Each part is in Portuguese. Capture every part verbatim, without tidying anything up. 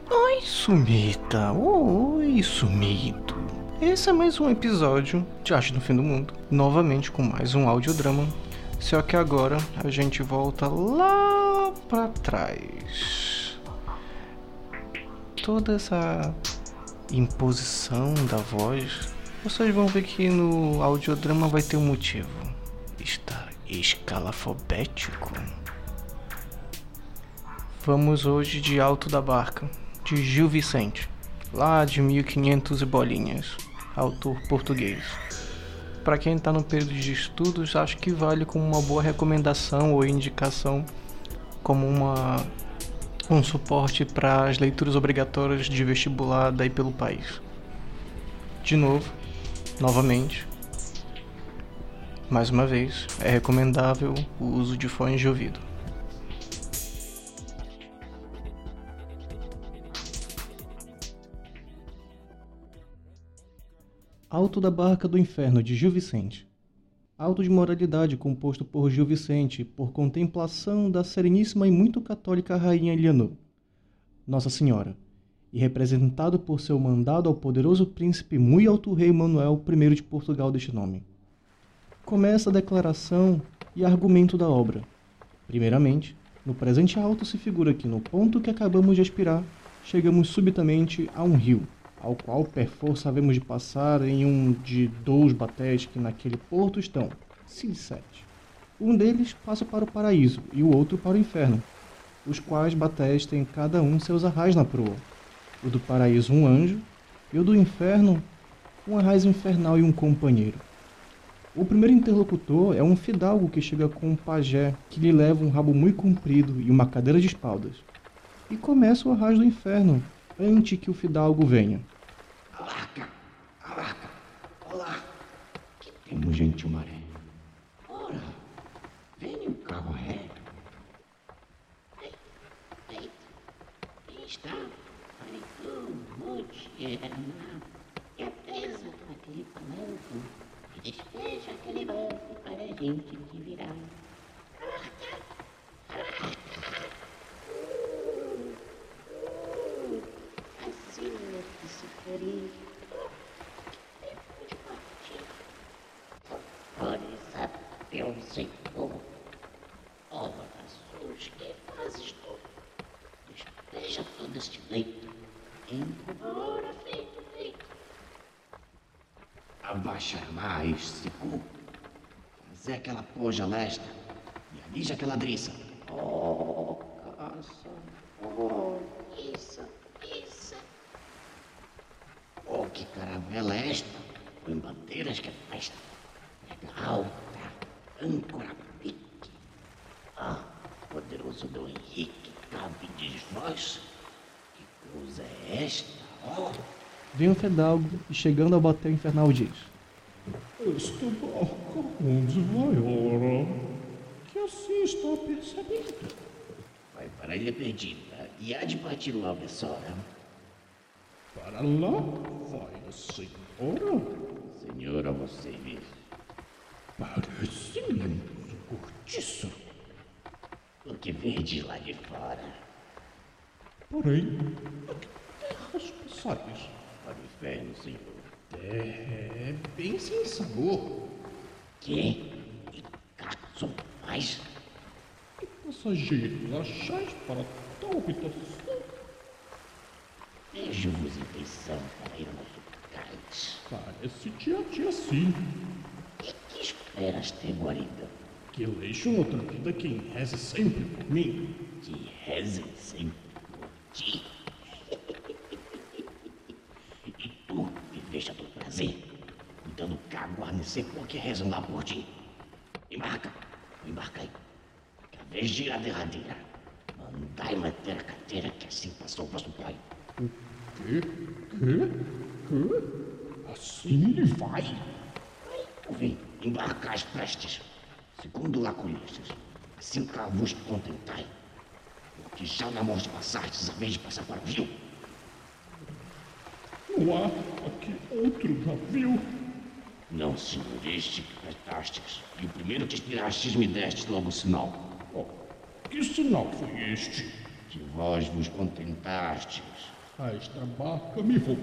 Oi, sumita! Oi, sumido! Esse é mais um episódio de Arte do Fim do Mundo, novamente com mais um audiodrama, só que agora a gente volta lá pra trás. Toda essa imposição da voz, vocês vão ver que no audiodrama vai ter um motivo. Está escalafobético. Vamos hoje de Alto da Barca, de Gil Vicente, lá de mil e quinhentos e bolinhas, autor português. Para quem está no período de estudos, acho que vale como uma boa recomendação ou indicação, como uma, um suporte para as leituras obrigatórias de vestibular daí pelo país. De novo, novamente, mais uma vez, é recomendável o uso de fones de ouvido. Alto da Barca do Inferno, de Gil Vicente. Auto de moralidade composto por Gil Vicente, por contemplação da sereníssima e muito católica Rainha Eleanor, Nossa Senhora, e representado por seu mandado ao poderoso príncipe muito alto rei Manuel I de Portugal deste nome. Começa a declaração e argumento da obra. Primeiramente, no presente auto se figura que no ponto que acabamos de expirar, chegamos subitamente a um rio, ao qual per força havemos de passar em um de dois batéis que naquele porto estão, sim, sete. Um deles passa para o paraíso e o outro para o inferno, os quais batéis têm cada um seus arrais na proa. O do paraíso um anjo e o do inferno um arrais infernal e um companheiro. O primeiro interlocutor é um fidalgo que chega com um pajé que lhe leva um rabo muito comprido e uma cadeira de espaldas. E começa o arrais do inferno, antes que o fidalgo venha. Alarca! Alarca! Olá! Que temos, gentil maré? Ora, vem o carro reto. Eita, eita, quem está? Ai, tu, mulherna, e a presa naquele palanco, e despeja aquele banco para a gente que virá. Alarca! Alarca! Que se ferir, tempo de partir. Glórias a teu Senhor, ó Jesus, que fazes tu? Despeja todo este leito, embora feito feito. Abaixa mais, seguro, fazer aquela poja lesta, e alija aquela driça. Oh, caça, oh, isso. Oh, que caravela é esta? Com bandeiras que festa. Pega alta, âncora pique. Ah, poderoso Dom Henrique, cabe-nos nós. Que cruz é esta? Oh! Vem o fidalgo e chegando ao batel infernal diz: Este barco onde vai, ora? Que assim está percebido. Vai para a Ilha Perdida e há de partir logo essa hora. Para lá vai a senhora? Senhora, você vê. Parece-me um cortiço. O que verde lá de fora? Porém, a que terras passais? Para o inferno, senhor. É bem sem sabor. Que? E caso mais? Que passageiros achais para tal habitação? Vejo-vos intenção para ir ao nosso cais. Parece-te a ti assim. E que esperas ter guarida? Que elejo outra vida quem reze sempre por mim. Que rezem sempre por ti. E tu viveja do prazer, cuidando cá guarnecer porque rezam lá por ti. Embarca, embarca aí. Que a vez de ir a derradeira. Mandai manter a carteira que assim passou o vosso pai. Que? Que? Que? Assim ele vai? Vem, embarcais prestes, segundo lá colhestes, assim cá vos contentai, porque já na morte passastes a vez de passar para o rio. Não há aqui outro navio? Não, senhor, este que prestastes, e o primeiro que expirastes me destes logo o sinal. Oh, que sinal foi este? Que vós vos contentastes, A esta barca me vou.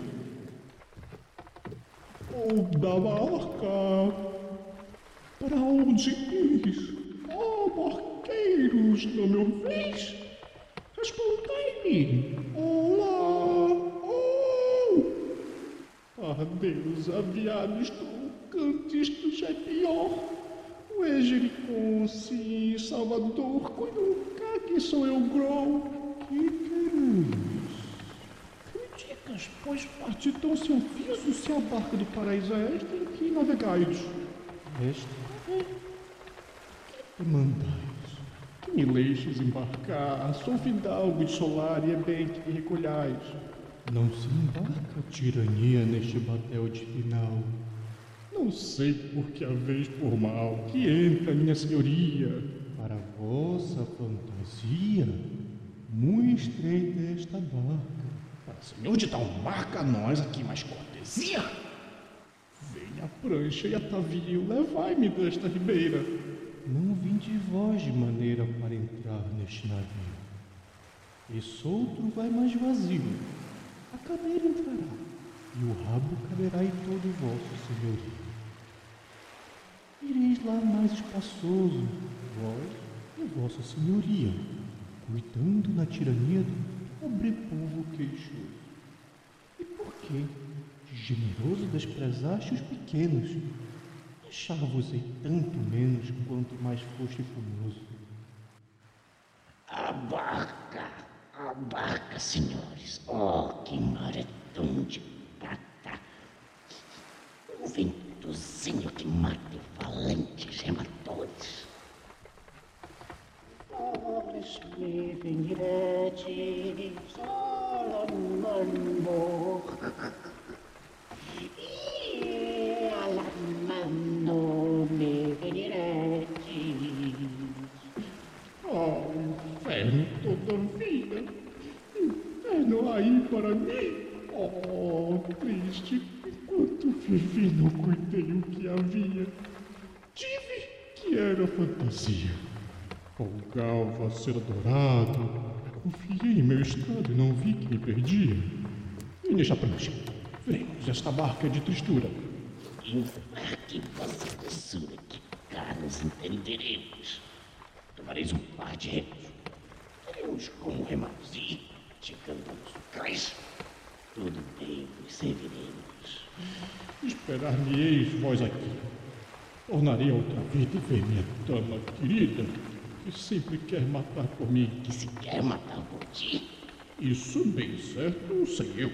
Oh, da barca, para onde ires? Oh, barqueiros, não me ouvis? Respondei-me. Olá, oh! Adeus, aviados trocantes, que já é pior. O Ejericon, sim, Salvador, cuido cá que sou eu, Grow. Que queres? Criticas, pois parte tão seu aviso se a barca do paraíso é esta em que navegais. Esta é? Que mandais? Que me deixes embarcar, sou fidalgo de solar e é bem que me recolhais. não se embarca tirania neste batel de final. Não sei por que a vez por mal que entra, minha senhoria. Para vossa fantasia, muito estreita é esta barca. Para senhor de tal marca a nós aqui mais cortesia. Venha a prancha e atavio, levai-me desta ribeira. Não vim de vós de maneira para entrar neste navio. Esse outro vai mais vazio. A cadeira entrará, e o rabo caberá em todo vosso senhorio. Ireis lá mais espaçoso, vós e vossa senhoria, cuidando na tirania do pobre povo queixoso. E por que, de generoso, desprezaste os pequenos? Achar-vos-ei tanto menos quanto mais foste famoso. A barca, a barca, senhores. Oh, que maretão de prata. Um ventozinho que mata valentes rematores. Pobres me veniretes, alamando. E alamando me veniretes. Oh, inferno todavia. Inferno aí para mim. Oh, triste. Enquanto vivi não cuidei o que havia. Tive que era fantasia. Folgava ser adorado. Confiei em meu estado e não vi que me perdia. E deixa a prancha. Veremos, esta barca é de tristura. Embarque vossa doçura que cá nos entenderemos. Tomareis um par de remos. Teremos como remados e, chegando ao nosso cais, tudo bem vos serviremos. Esperar-me-eis vós aqui. Tornarei a outra vida ver minha dama querida, que sempre quer matar por mim. Que se quer matar por ti? Isso bem certo sei eu.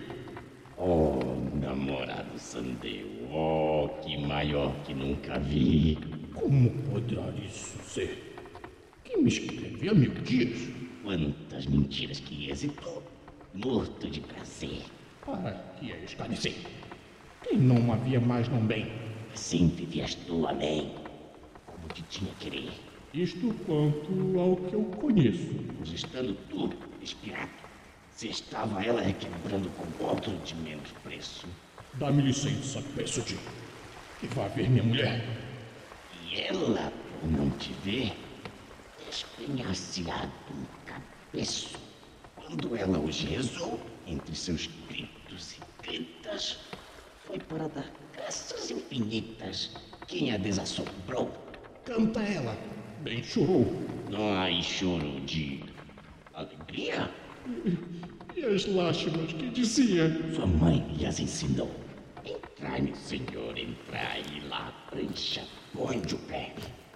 Oh, namorado Sandeu, oh, que maior que nunca vi. Como poderá isso ser? Quem me escreveu mil dias? Quantas mentiras que hesitou, morto de prazer. Para que é esclarecer? Quem não havia mais não bem? Assim vivias tu, amém, como te tinha querer. Isto quanto ao que eu conheço. Pois estando tu, inspirado, se estava ela requebrando com outro de menos preço. Dá-me licença, peço-te, que vá ver minha mulher. E ela, por não te ver, despenhar-se-á de um cabeço. Quando ela os rezou, entre seus gritos e gritas, foi para dar graças infinitas. Quem a desassombrou? Canta ela. Bem chorou. Não há aí choro de alegria? E, e as lágrimas que dizia? Sua mãe lhes ensinou. Entrai, meu senhor, entrai lá, prancha, onde o pé.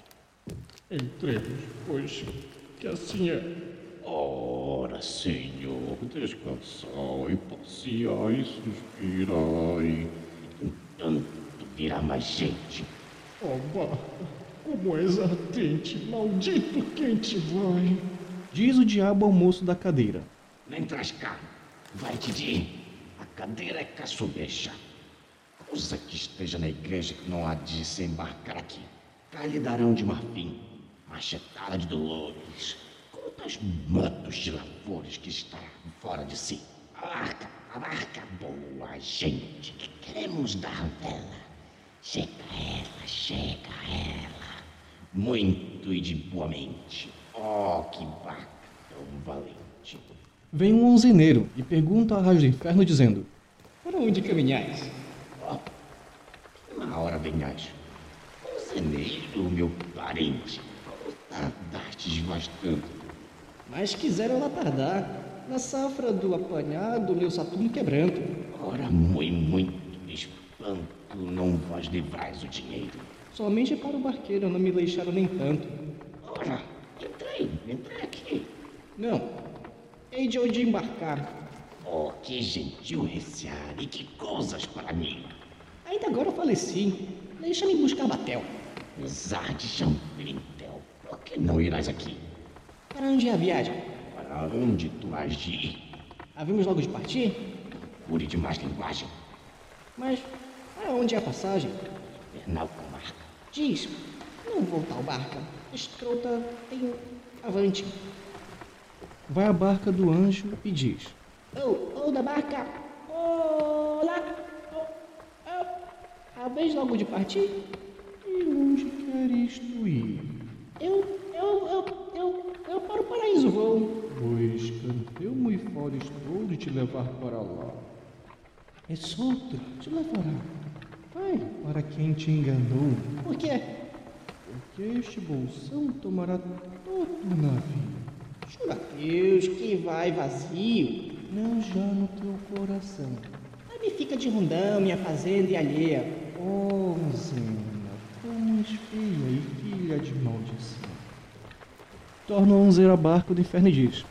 Entremos, pois, que assim é. Ora, senhor, descansai, passeai, suspirai. Entanto virá mais gente. Oh, barca, como és ardente, maldito quem te vai. Diz o diabo ao moço da cadeira. Nem traz cá, vai te dir, a cadeira é caçubecha. Usa que esteja na igreja que não há de se embarcar aqui. Cá lhe darão de marfim, machetada de dolores, como tais matos de lavores que está fora de si. A barca, a barca boa, gente, que queremos dar vela. Chega ela, chega ela, muito e de boa mente. Oh, que barca tão valente. Vem um onzeneiro e pergunta a Raio do Inferno dizendo: Para onde caminhais? Ó, uma hora venhais. Onzeneiro, meu parente, como tardastes bastante. Mas quiseram lá tardar. Na safra do apanhado, meu Saturno quebranto. Ora, muito, muito espanto, não vós livrais o dinheiro. Somente para o barqueiro não me deixaram nem tanto. Ora, entrei, entrei aqui. Não, hei de onde embarcar. Oh, que gentil recear e que coisas para mim. Ainda agora faleci. Deixa-me buscar Batel. Apesar de Champlintel, por que não irás aqui? Para onde é a viagem? Para onde tu has de ir? Havemos logo de partir? Cure de mais linguagem. Mas para onde é a passagem? Infernal comarca. Diz, não vou tal barca. Estrota tem avante. Vai à barca do anjo e diz: Oh, oh da barca! Olá! Oh, oh. Havemos logo de partir? E onde queres tu ir? Eu, eu, eu, eu, eu para o paraíso vou. Pois canteu muito fora estou de te levar para lá. É solto, te levará. Vai para quem te enganou, Por quê? porque este bolsão tomará todo o navio. Jura Deus que vai vazio. Não já no teu coração. Aí me fica de rondão, minha fazenda e alheia. Oh, Zena, tão feia e filha de maldição. Torna o onzeiro a barca do inferno e diz: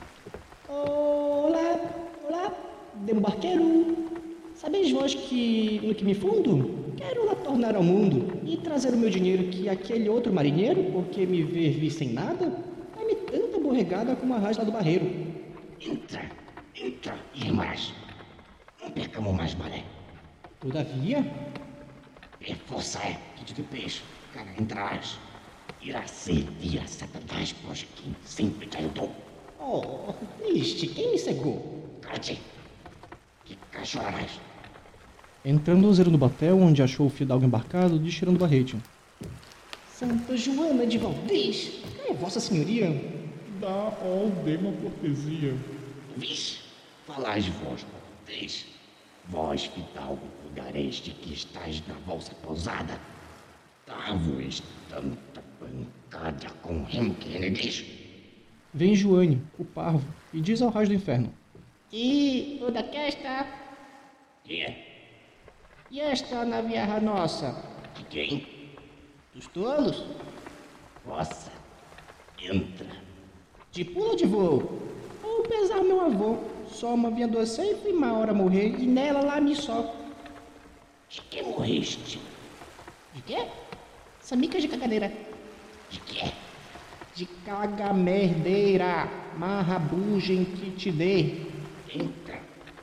Olá, olá, desembarqueiro. Sabeis vós que, no que me fundo, quero lá tornar ao mundo e trazer o meu dinheiro que aquele outro marinheiro, porque me ver vir sem nada, dá-me tanta borregada como a raiz lá do barreiro. Entra, entra, irmãs. Não percamos mais balé. Todavia, É força é que te peixe, cara, entrarás. Irá servir a Satanás, pois quem sempre te ajudou. oh, triste, quem me cegou? Cala-te, que cá chorarás. Entrando o onzeiro no batel, onde achou o fidalgo embarcado, diz tirando o barrete: Santa Joana de Valdez, é vossa senhoria? Dá ao dema cortesia. Vixe, falais vós, vês? Vós, fidalgo, cuidareis de que estáis na vossa pousada. Dá-vos tanta pancada com o remo que ele diz. Vem Joane, o parvo, e diz ao raio do inferno: E toda esta, Quem é? e esta naviarra nossa? De quem? Dos tolos? Vossa. Entra. De pulo ou de voo? Ou pesar meu avô, só uma vinha doce e uma hora morrer, e nela lá me só. De que morreste? De quê? Samicas de cagadeira. De que? De cagamerdeira, marrabugem que te dê. Entra.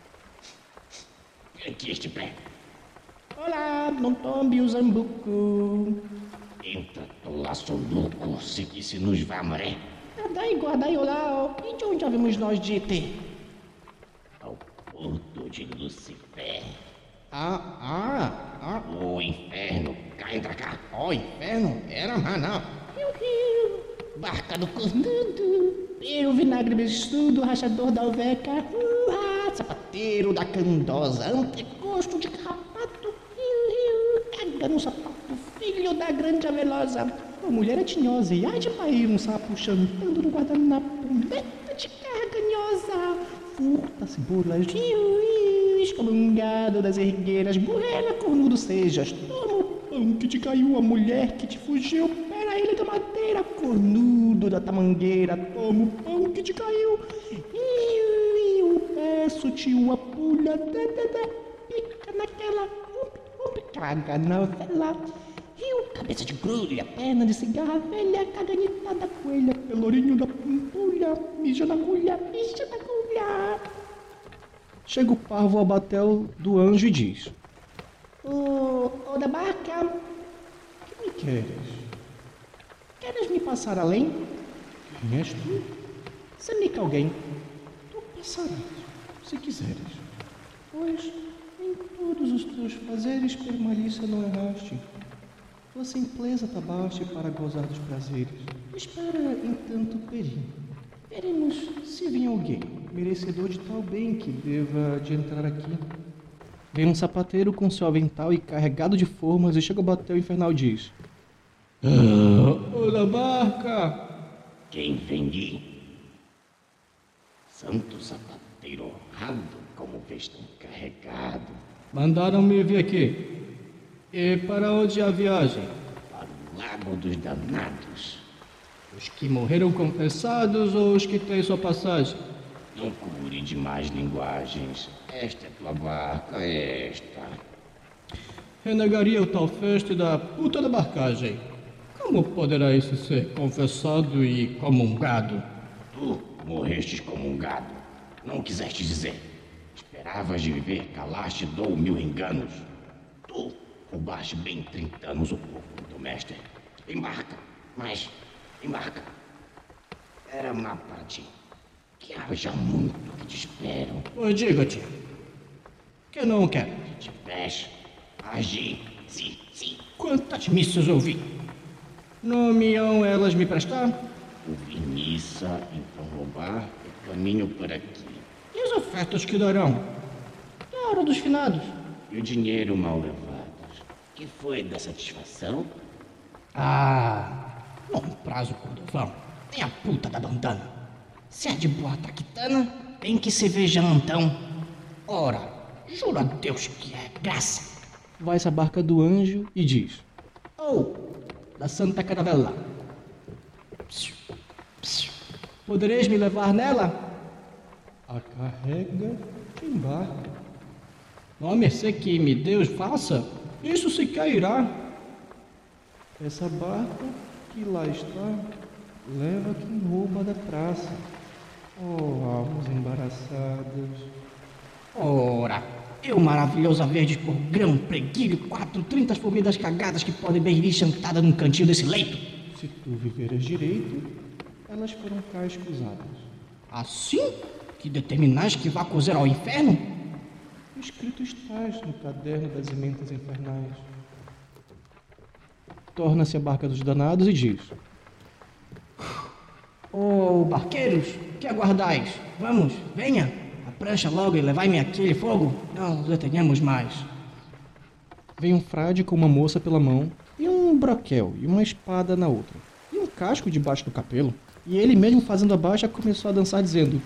Vem aqui este pé. Olá, não tombe o zambuco. Entra, laço louco, se que se nos vai a maré. Guardai, guardai, olá, ó. E de onde havemos nós de ter? Ao porto de Lucifer. Ah, ah, ah. O inferno, cá, entra cá. Ó, inferno, era mana. Rio, rio, barca do cornudo, eu vinagre bestudo, rachador da alveca, uh, sapateiro da candosa, antecosto de carrapato, rio, rio, caga no sapato, filho da grande avelosa. A mulher é tinhosa e ai de parir um sapo chantando no guardanapo, meta de carganhosa, furta-se burlas, rio, rio, excomungado das ergueiras, burrela, cornudo sejas, toma o pão que te caiu, a mulher que te fugiu, pera ele da madeira, cornudo da tamangueira, toma o pão que te caiu, rio, rio, peço-te uma pulha, de, de, de, pica naquela, um, um, caga na vela. Rio, cabeça de grulha, perna de cigarra velha, caganita da coelha, pelourinho da pampulha, mija na agulha, mija na agulha. Chega o parvo ao batel do anjo e diz: Ô, ô da barca, Que me queres? queres me passar além? Quem és tu? Semica alguém. Tu passarás, se quiseres. Pois em todos os teus fazeres permalícia não erraste. Tua simpleza tabaste para gozar dos prazeres. Espera, entanto, peri. Veremos se vem alguém merecedor de tal bem que deva de entrar aqui. Vem um sapateiro com seu avental e carregado de formas e chega ao batel infernal e diz: Ah, o da barca! Quem vende? Santo sapateiro honrado, como vês tão carregado. Mandaram-me vir aqui. E para onde é a viagem? Para o lago dos danados. Os que morreram confessados ou os que têm sua passagem? Não cure de mais linguagens. Esta é tua barca, esta. Renegaria o tal feste da puta da barcagem. Como poderá isso ser confessado e comungado? Tu morrestes comungado. Não quiseste dizer. Esperavas de viver, calaste, dou mil enganos. Tu roubaste bem trinta anos o povo do teu mestre. Embarca, mas embarca. Era má para ti. Que haja muito que te esperam. Pois diga-te, que não quero. Se te pés, agi, sim, sim. Quantas missas ouvi? Não me hão elas me prestar? Ouvi missa, então roubar, eu caminho por aqui. E as ofertas que darão? Na hora dos finados. E o dinheiro mal levado. Que foi da satisfação? Ah, não prazo cordovão, nem a puta da bandana. Se é de boa taquitana, tem que se veja então. Ora, juro a Deus que é graça. Vai-se a barca do anjo e diz: Ou, da Santa Caravela. Psiu, psiu. Podereis me levar nela? a carrega e embarca. Não, a mercê que me Deus faça, isso se cairá. Essa barca que lá está leva quem rouba da praça. Oh, almas embaraçadas. Ora, eu maravilhosa verde por grão, preguilho, quatro, trinta formigas cagadas que podem bem ir chantada num cantinho desse leito. Se tu viveres direito, elas foram cá escusadas. Assim que determinais que vá cozer ao inferno? Escrito estás no caderno das emendas infernais. Torna-se a barca dos danados e diz: Ô, oh, barqueiros, que aguardais? Vamos, venha, a prancha logo e levai-me aquele fogo. Não nos detenhamos mais. Vem um frade com uma moça pela mão, e um broquel e uma espada na outra, e um casco debaixo do capelo. E ele mesmo, fazendo a baixa, começou a dançar dizendo: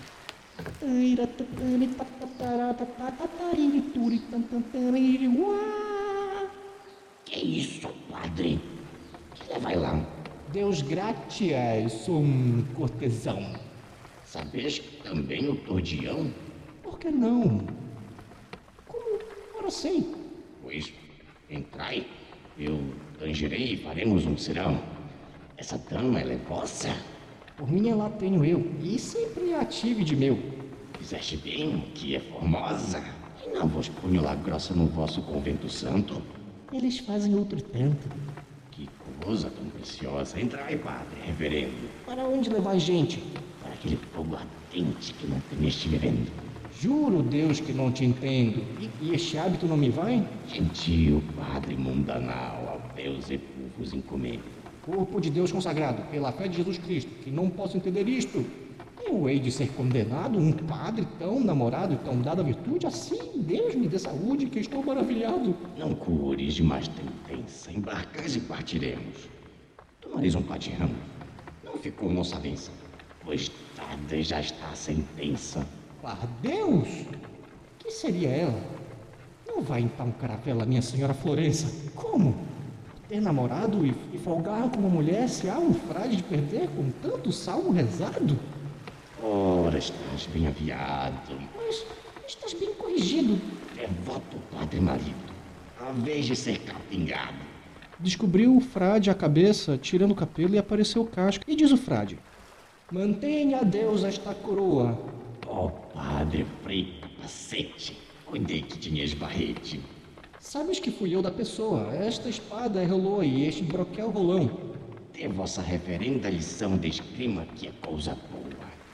Que isso, padre? Que levai lá? Deus gratias, sou um cortesão. Sabes também o tordião? Por que não? Como? Ora sei. Pois, entrai, eu tangerei e faremos um serão. Essa dama, ela é vossa? Por minha lá tenho eu, e sempre a tive de meu. Fizeste bem, que é formosa. E não vos punho lá grossa no vosso convento santo? Eles fazem outro tanto. Que coisa tão preciosa. Entrai, padre, reverendo. Para onde levar gente? Para aquele fogo ardente que não temeste vivendo. Juro, Deus, que não te entendo. E, e este hábito não me vai? Gentil padre mundanal, ao Deus e povos encomendo. Corpo de Deus consagrado, pela fé de Jesus Cristo, que não posso entender isto. Eu hei de ser condenado, um padre tão namorado e tão dado à virtude, assim, Deus me dê saúde, que estou maravilhado. Não cures de mais intensa, embarcais e partiremos. Tomareis um padirão. Não ficou nossa benção, pois dada já está a sentença. Par Deus? Que seria ela? Não vai então caravela minha senhora Florença? Como? Ter namorado e, e folgar com uma mulher se há um frade de perder com tanto salmo rezado? Ora, estás bem aviado. Mas estás bem corrigido. Devoto padre marido, a vez de ser capingado. Descobriu o frade a cabeça, tirando o capelo, e apareceu o casco. E diz o frade: Mantenha a Deus esta coroa. Ó oh, padre frei capacete, cuidei que tinhas barrete. Sabes que fui eu da pessoa. Esta espada rolou e este broquel rolão. Dê vossa reverenda lição de esgrima, que é coisa boa.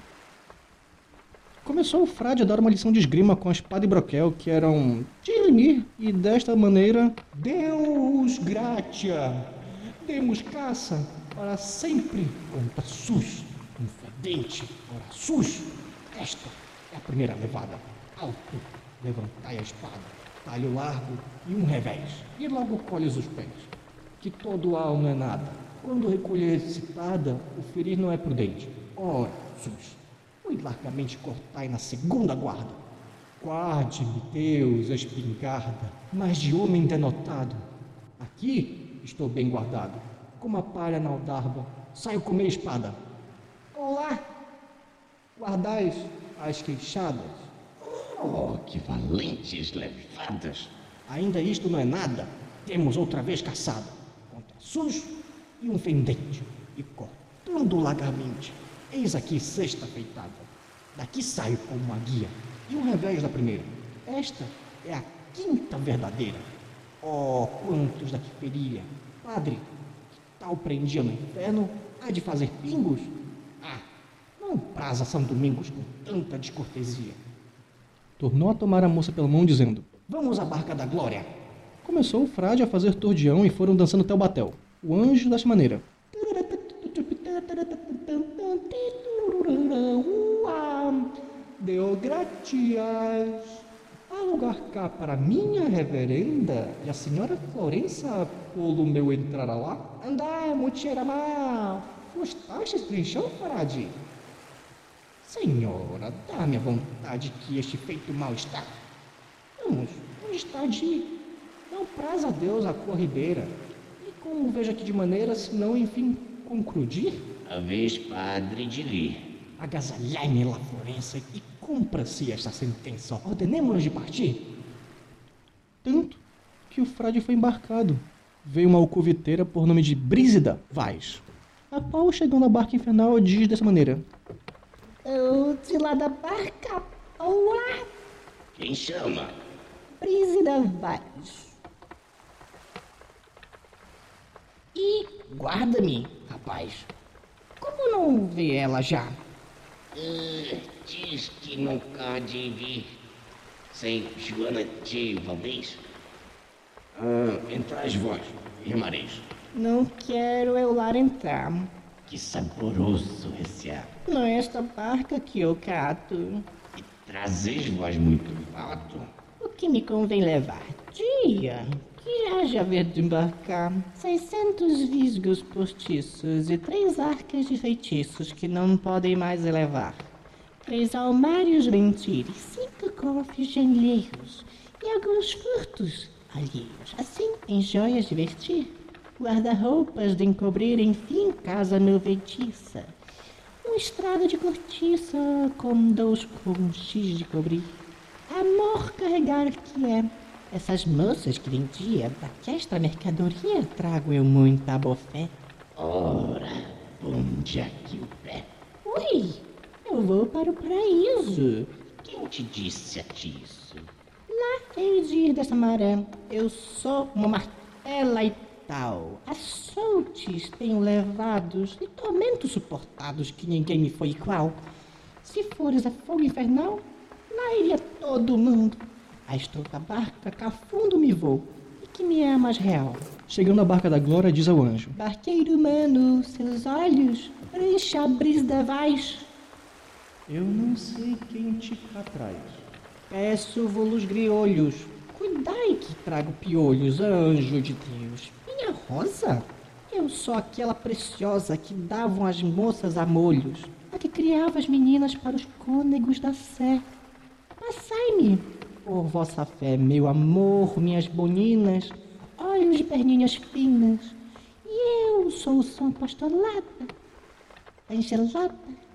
Começou o frade a dar uma lição de esgrima com a espada e broquel, que eram de esgrimir, e desta maneira: Deus gratia, demos caça para sempre contra sus. um fedente, ora sujo. Esta é a primeira levada. Alto, levantai a espada, talho largo e um revés, e logo colhes os pés, que todo al não é nada. Quando recolher excitada, o ferir não é prudente. Ora, sus, muito largamente cortai na segunda guarda. Guarde-me, Deus, a espingarda, mas de homem denotado. Aqui estou bem guardado, como a palha na aldarba, saio com minha espada. Olá, guardais as queixadas. Oh, que valentes levadas! Ainda isto não é nada. Temos outra vez caçada, contra sujo e um fendente, e cortando largamente. Eis aqui sexta feitada. Daqui saio com uma guia e um revés da primeira. Esta é a quinta verdadeira. Oh, quantos daqui feria! Padre, que tal prendia no inferno, há de fazer pingos? Ah, não praza São Domingos com tanta descortesia. Tornou a tomar a moça pela mão, dizendo: Vamos à Barca da Glória. Começou o frade a fazer tordeão e foram dançando até o batel. O anjo desta maneira: Deu gratias. Há lugar cá para minha reverenda e a senhora Florença polo meu entrará lá? Andai, mucheira mal. Gostaste trinchão, frade? Senhora, dá-me a vontade que este feito mal está. Vamos, onde está de ir? Não praza a Deus a corrideira. E como vejo aqui de maneira, se não, enfim, concluir? A vez, padre, de rir. Agasalhai-me lá, Florença, e cumpra-se esta sentença. Ordenemo-nos de partir. Tanto que o frade foi embarcado. Veio uma alcoviteira por nome de Brísida Vaz, a qual, chegando à barca infernal, diz dessa maneira: Eu de lá da barca, olá, Quem chama? Brísida Vaz. E guarda-me, rapaz. Como não vê ela já? Ah, diz que nunca há de vir sem Joana de Valdez. Ah, entrais vós, irmareis. Não quero eu lá entrar. Que saboroso esse ar. Nesta barca que eu cato, E trazeis vós muito fato. o que me convém levar? Dia, que haja haver de embarcar seiscentos visgos postiços e três arcas de feitiços que não podem mais elevar, três almários mentires, cinco cofres genleiros e alguns furtos alheios, assim em joias de vestir, guarda-roupas de encobrir, enfim, casa movediça, um estrado de cortiça com dois conchis de cobrir, amor carregar que é. Essas moças que vendia d'aquesta mercadoria trago eu muita bofé. Ora, onde aqui o pé? Ui, eu vou para o paraíso. Quem te disse a ti isso? Lá hei de ir dessa maré. Eu sou uma martela e tal. Açoutes tenho levados e tormentos suportados que ninguém me foi igual. Se fores a fogo infernal, lá iria todo mundo. A estouta barca cá fundo me vou, e que me é a mais real. Chegando à barca da glória, diz ao anjo: Barqueiro humano, seus olhos, prancha a brisa Vaz. Eu não sei quem te cá traz. Peço-vos griolhos, cuidai que trago piolhos, anjo de Deus. Minha rosa? Eu sou aquela preciosa que davam as moças a molhos, a que criava as meninas para os cônegos da sé. Passai-me, por vossa fé, meu amor, minhas boninas, olhos de perninhas finas, e eu sou o som apostolada, angelada,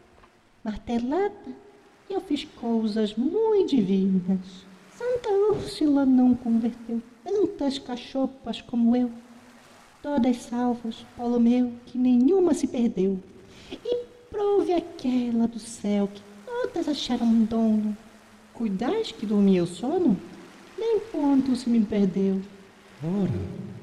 martelada, e eu fiz coisas muito divinas. Santa Úrsula não converteu tantas cachopas como eu, todas salvas, Paulo meu, que nenhuma se perdeu, e prove aquela do céu que todas acharam dono. Cuidais que dormi eu sono? Nem ponto se me perdeu. Ora,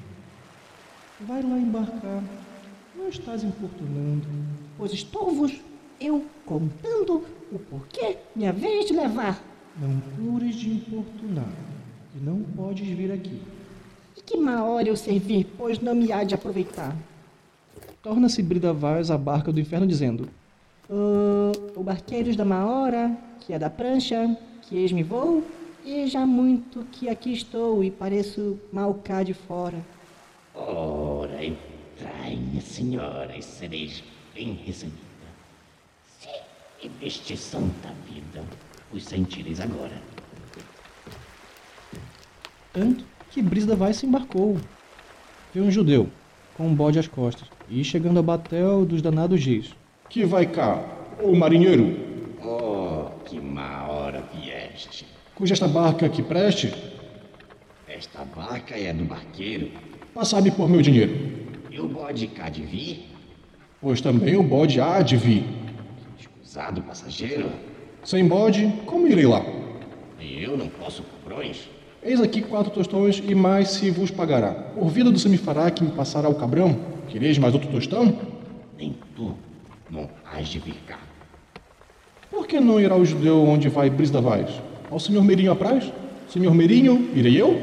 vai lá embarcar. Não estás importunando. Pois estou-vos, eu contando o porquê minha vez de levar. Não cures de importunar, e não podes vir aqui. E que má hora eu servir, pois não me há de aproveitar. Torna-se Brísida Vaz à barca do inferno, dizendo: O, o Barqueiros da Maora, que é da prancha, que eis me vou, e já muito que aqui estou e pareço mal cá de fora. Ora, entrai, minha senhora, e sereis bem recebida. Se deste santa vida os sentireis agora. Tanto que Brígida vai se embarcou. Vê um judeu, com um bode às costas, e chegando ao batel dos danados diz: Que vai cá, ô marinheiro, Oh, que má hora vieste. cuja esta barca que preste, Esta barca é do barqueiro, passai-me por meu dinheiro, e o bode cá de vir, pois também o bode há de vir. escusado passageiro, Sem bode, como irei lá? e eu não posso cobrões. Eis aqui quatro tostões e mais se vos pagará. Por vida do semifará que me passará o cabrão, quereis mais outro tostão? Nem tu não hás de vir cá. Por que não irá o judeu onde vai Brígida Vaz? Ao senhor Meirinho apraz? Senhor Meirinho, irei eu?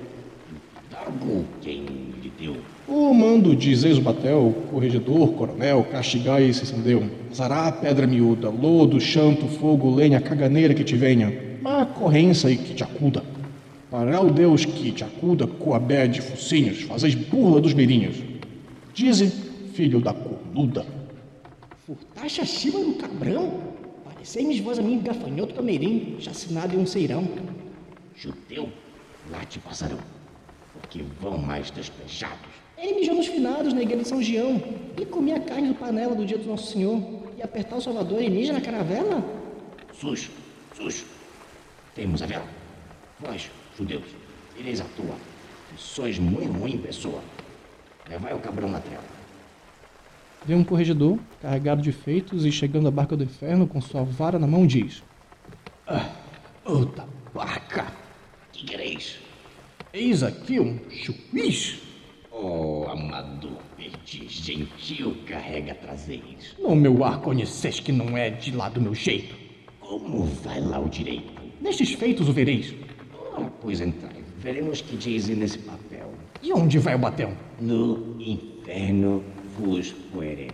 Algo quem lhe deu. O mando de Zezo Batel, corregedor, coronel, castigai e se acendeu. Zará, pedra miúda, lodo, chanto, fogo, lenha, caganeira que te venha. Má corrência e que te acuda. Para o Deus que te acuda, coabé de focinhos, fazeis burla dos meirinhos. Dize, filho da cornuda. Furtaste a chiva do cabrão? Parecei-me vós a mim gafanhoto cameirinho, chacinado em um ceirão. Judeu, lá te passarão, porque vão mais despejados. Ele mijou nos finados na igreja de São Gião e comia a carne do panela do dia do Nosso Senhor. E apertar o Salvador e mija na caravela? Sujo, sujo. Temos a vela. Vós, judeus, ireis à toa. Sois muito ruim pessoa. Levai o cabrão na trela. Vê um corregedor, carregado de feitos e chegando à barca do inferno com sua vara na mão diz: Ah, outra barca. Que quereis? Eis aqui um juiz. Oh, amador perdiz, gentil carrega trazeis. No meu ar conheceis que não é de lá do meu jeito. Como vai lá o direito? Nestes feitos o vereis. Ora, pois entrai, veremos que dizem nesse papel. E onde vai o batel? No inferno vos poeremos.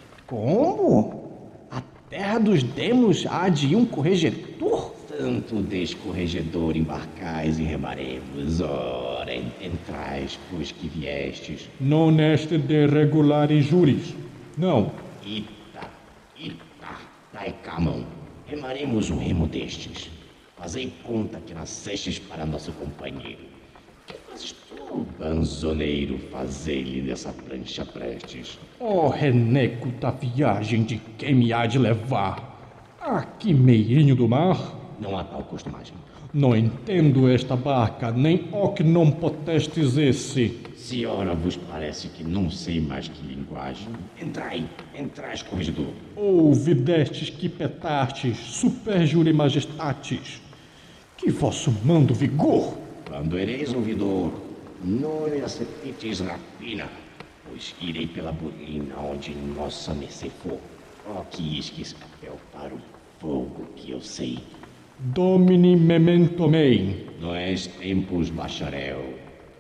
Como? A terra dos demos há de ir um corregedor? Tanto descorregedor embarcais e remaremos. Ora, entrais, pois que viestes. Non est de regulare juris. Não. Ita, ita, dai cá a mão. Remaremos um remo destes. Fazei conta que nascestes para nosso companheiro. Que fazes tu, banzoneiro, fazei-lhe dessa prancha prestes? Ó reneco da viagem de quem me há de levar. Aqui meirinho do mar. Não há tal costumagem. Não entendo esta barca, nem o que não potestes esse. Se ora vos parece que não sei mais que linguagem, entrai, entrais, corregedor. Ouvidestes que petastes, superjure majestatis. Que vosso mando vigor. Quando ereis ouvidor, não me aceites rapina, pois irei pela bolina onde nossa mercê for. Ó, que isque esse papel para o fogo que eu sei. Domini memento mei. Nós tempos bacharel,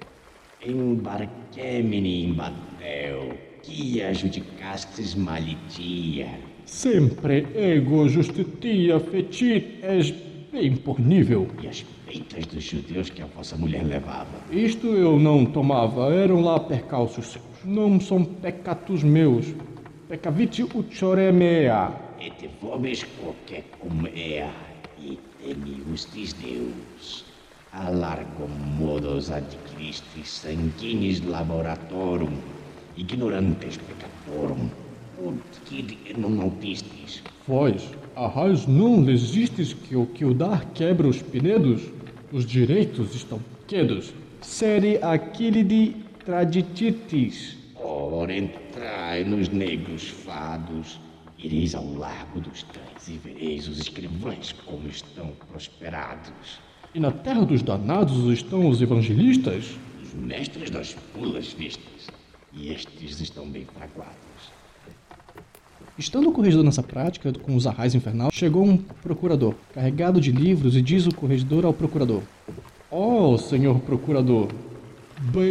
embarquemo-me em batel, que adjudicastes malitia. Sempre ego justitia fetit es bem por nível. E as peitas dos judeus que a vossa mulher levava. Isto eu não tomava, eram lá percalços seus. Não são pecatus meus. Pecaviti uchoremea. Et vobis quoque cum ea, e temiustis Deus. A largo modos adquiristis sanguinis laboratorum, ignorantes peccatorum, ut quid non autistis. Vós, arrais não lesistes que o que o dar quebra os pinedos? Os direitos estão quedos. Sere aquilide tradititis. Ora, entrai nos negros fados, ireis ao largo dos cães e vereis os escrivães como estão prosperados. E na terra dos danados estão os evangelistas? Os mestres das pulas vistas, e estes estão bem fraguados. Estando o corregedor nessa prática, com os arrais infernal, chegou um procurador, carregado de livros, e diz o corregedor ao procurador: Ó, oh, senhor procurador,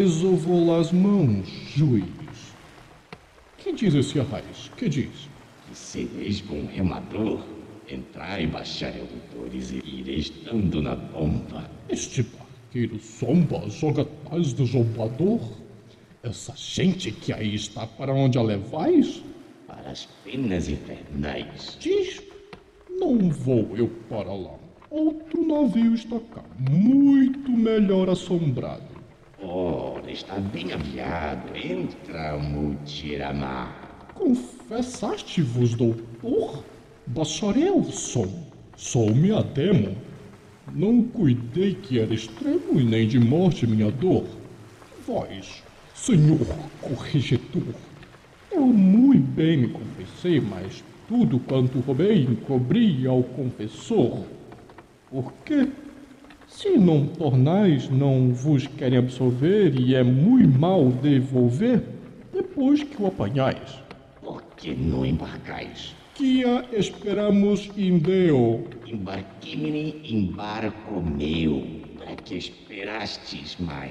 beijo-vos as mãos, juiz. Que diz esse arrais? Que diz? Que sereis bom remador. Entrai, bacharel doutores, e ireis dando na bomba. Este barqueiro Zomba joga tais de zombador? Essa gente que aí está, para onde a levais? Para as penas infernais. Diz, não vou eu para lá. Outro navio está cá, muito melhor assombrado. Ora, está bem aviado. Entra, Mutiramar. Confessaste-vos, doutor? Bacharel sou, sou-me ademo. Não cuidei que era extremo e nem de morte minha dor. Vós, senhor corregedor, eu muito bem me confessei, mas tudo quanto roubei encobri ao confessor. Por quê? Se não tornais, não vos querem absolver e é muito mal devolver depois que o apanhais. Por que não embarcais? Que a esperamos em Deus. Embarquei-me em barco meu. Para que esperastes mais?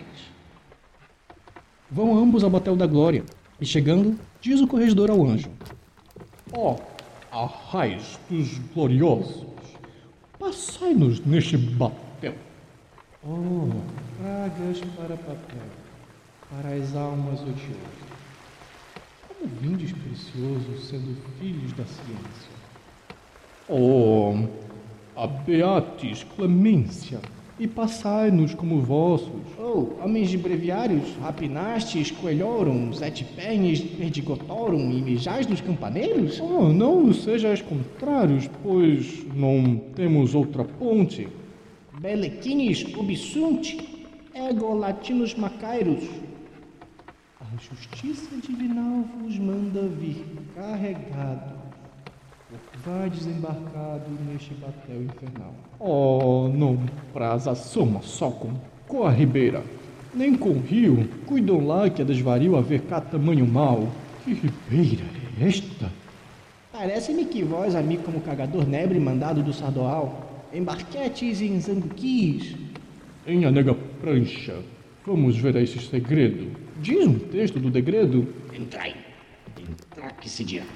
Vão ambos ao batel da glória, e chegando, diz o corregedor ao anjo: Ó, oh, arrais dos gloriosos, passai-nos neste batel. Oh, pragas para papel, para as almas odiosas. Como vindes preciosos, sendo filhos da ciência. Oh, abeatis clemência, e passai-nos como vossos. Oh, homens de breviários, rapinastes, coelhorum, sete pernes, perdigotorum e mijais dos campaneiros? Oh, não sejais contrários, pois não temos outra ponte. Belequines ubisunt, ego latinos macairus. A justiça divinal vos manda vir carregado, porque vai desembarcado neste batel infernal. Oh, não praz a soma só com coa ribeira, nem com rio, cuidam lá que é desvario haver cá tamanho mal. Que ribeira é esta? Parece-me que vós, amigo como cagador nebre mandado do Sardoal, embarquetes em Zanguquis. Em a nega prancha, vamos ver esse segredo. Diz um texto do degredo. Entrai. Entrar que se dirá.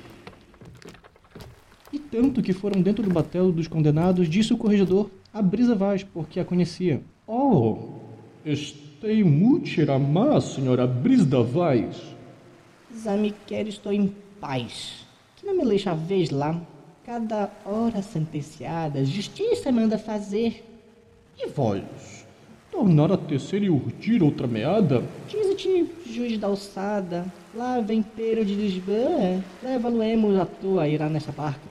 E tanto que foram dentro do batel dos condenados, disse o corregedor, a Brisa Vaz, porque a conhecia. Oh, estei Mutiramar, senhora Brisa Vaz. Zamiquer, estou em paz. Que não me deixa vez lá. Cada hora sentenciada, justiça manda fazer. E vós, tornar a tecer e urdir outra meada? Diz-te, juiz da alçada, lá vem Pero de Lisboa, leva-lo-emos à toa irá nessa barca.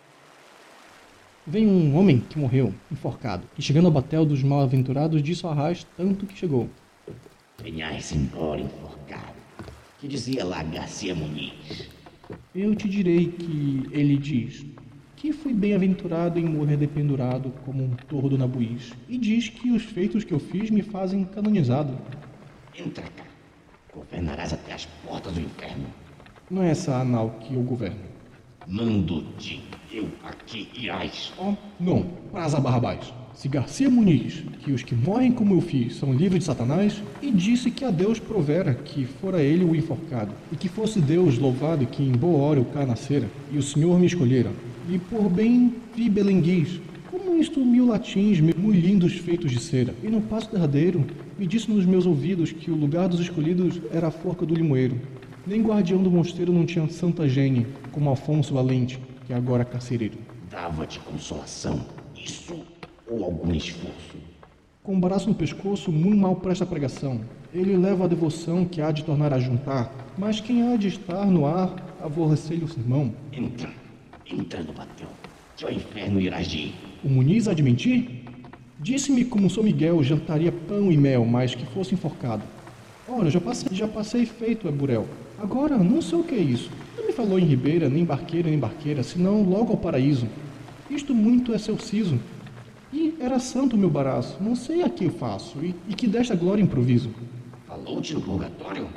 Vem um homem que morreu, enforcado, e chegando ao batel dos mal-aventurados, disse ao arrasto tanto que chegou. Venhais embora, enforcado. Que dizia lá Garcia Muniz. Eu te direi que ele diz que fui bem-aventurado em morrer dependurado como um tordo na buiz, e diz que os feitos que eu fiz me fazem canonizado. Entra cá. Governarás até as portas do inferno. Não é essa anal que eu governo. Mando-te, eu aqui irás. Oh, não, praza Barrabás. Se Garcia Muniz, que os que morrem como eu fiz são livres de Satanás, e disse que a Deus provera que fora ele o enforcado, e que fosse Deus louvado que em boa hora eu cá nascera, e o Senhor me escolhera, e por bem vi belenguis, como isto mil latins, muito lindos feitos de cera, e no passo derradeiro me disse nos meus ouvidos que o lugar dos escolhidos era a forca do limoeiro. Nem guardião do mosteiro não tinha santa gene, como Afonso Valente, que é agora carcereiro. Dava-te consolação, isso ou algum esforço? Com o braço no pescoço, muito mal presta a pregação. Ele leva a devoção que há de tornar a juntar, mas quem há de estar no ar, aborrecer-lhe o sermão. Entra, entra no batel, que ao inferno irás de ir. O Muniz há de mentir? Disse-me como São Miguel jantaria pão e mel, mas que fosse enforcado. Ora, já passei, já passei feito, é Burel. Agora, não sei o que é isso. Não me falou em ribeira, nem barqueira, nem barqueira, senão logo ao paraíso. Isto muito é seu siso. E era santo o meu baraço, não sei a que eu faço, e, e que desta glória improviso. Falou-te no purgatório?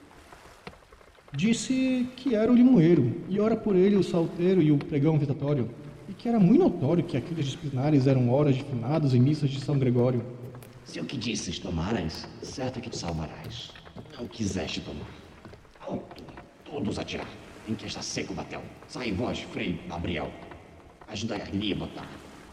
Disse que era o limoeiro, e ora por ele o salteiro e o pregão vitatório, e que era muito notório que aqueles disciplinares eram horas de finados em missas de São Gregório. Se o que disses tomaras, certo é que te salvarás. Não quiseste tomar. Alto, todos atirar. Enquesta seco, Batel. Sai, vós, Frei Gabriel. Ajudai ali a botar.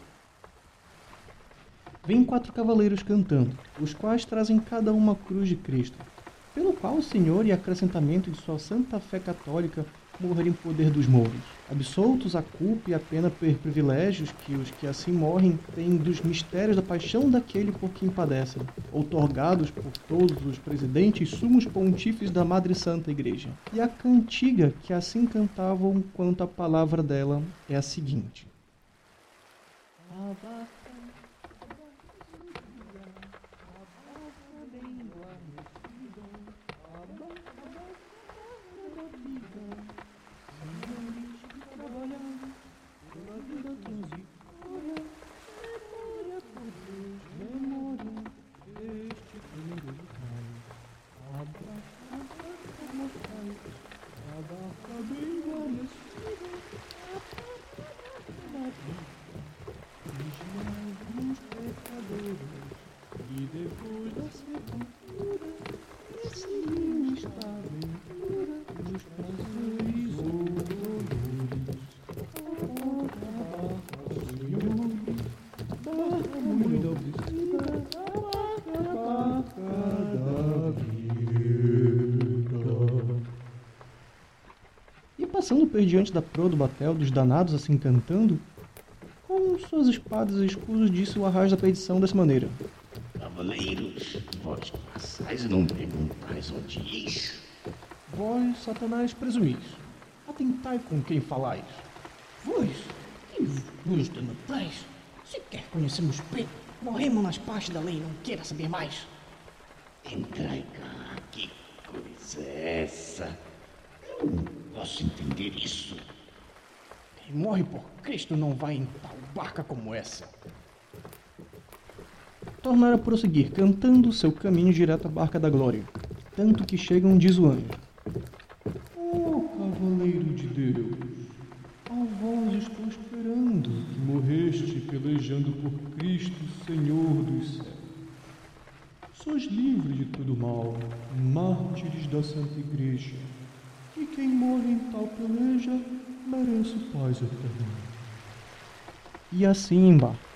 Vêm quatro cavaleiros cantando, os quais trazem cada uma a cruz de Cristo, pelo qual o Senhor e acrescentamento de sua santa fé católica morrer em poder dos mouros, absoltos a culpa e a pena por privilégios que os que assim morrem têm dos mistérios da paixão daquele por quem padecem, outorgados por todos os presidentes e sumos pontífices da Madre Santa Igreja. E a cantiga que assim cantavam quanto a palavra dela é a seguinte. E depois da sepultura, seguimos esta aventura dos prazeres ou dolores. Barca muito obscura, barca da vida. E passando por diante da proa do batel dos danados assim cantando, com suas espadas e escudos disse o arraio da perdição dessa maneira. Cavaleiros, vós passais e não perguntais onde is? Vós, Satanás, presumis, atentai com quem falais. Vós, que vos denotais? Sequer conhecemos bem, morremos nas partes da lei e não queira saber mais. Entrai cá, que coisa é essa? Eu não posso entender isso. Quem morre por Cristo não vai em tal barca como essa. Tornaram a prosseguir, cantando seu caminho direto à Barca da Glória, tanto que chegam, diz o anjo. Oh, cavaleiro de Deus, a vós estou esperando, que morreste pelejando por Cristo, Senhor dos céus. Sois livres de todo mal, mártires da Santa Igreja, e quem morre em tal peleja merece paz eterna. E assim embarca.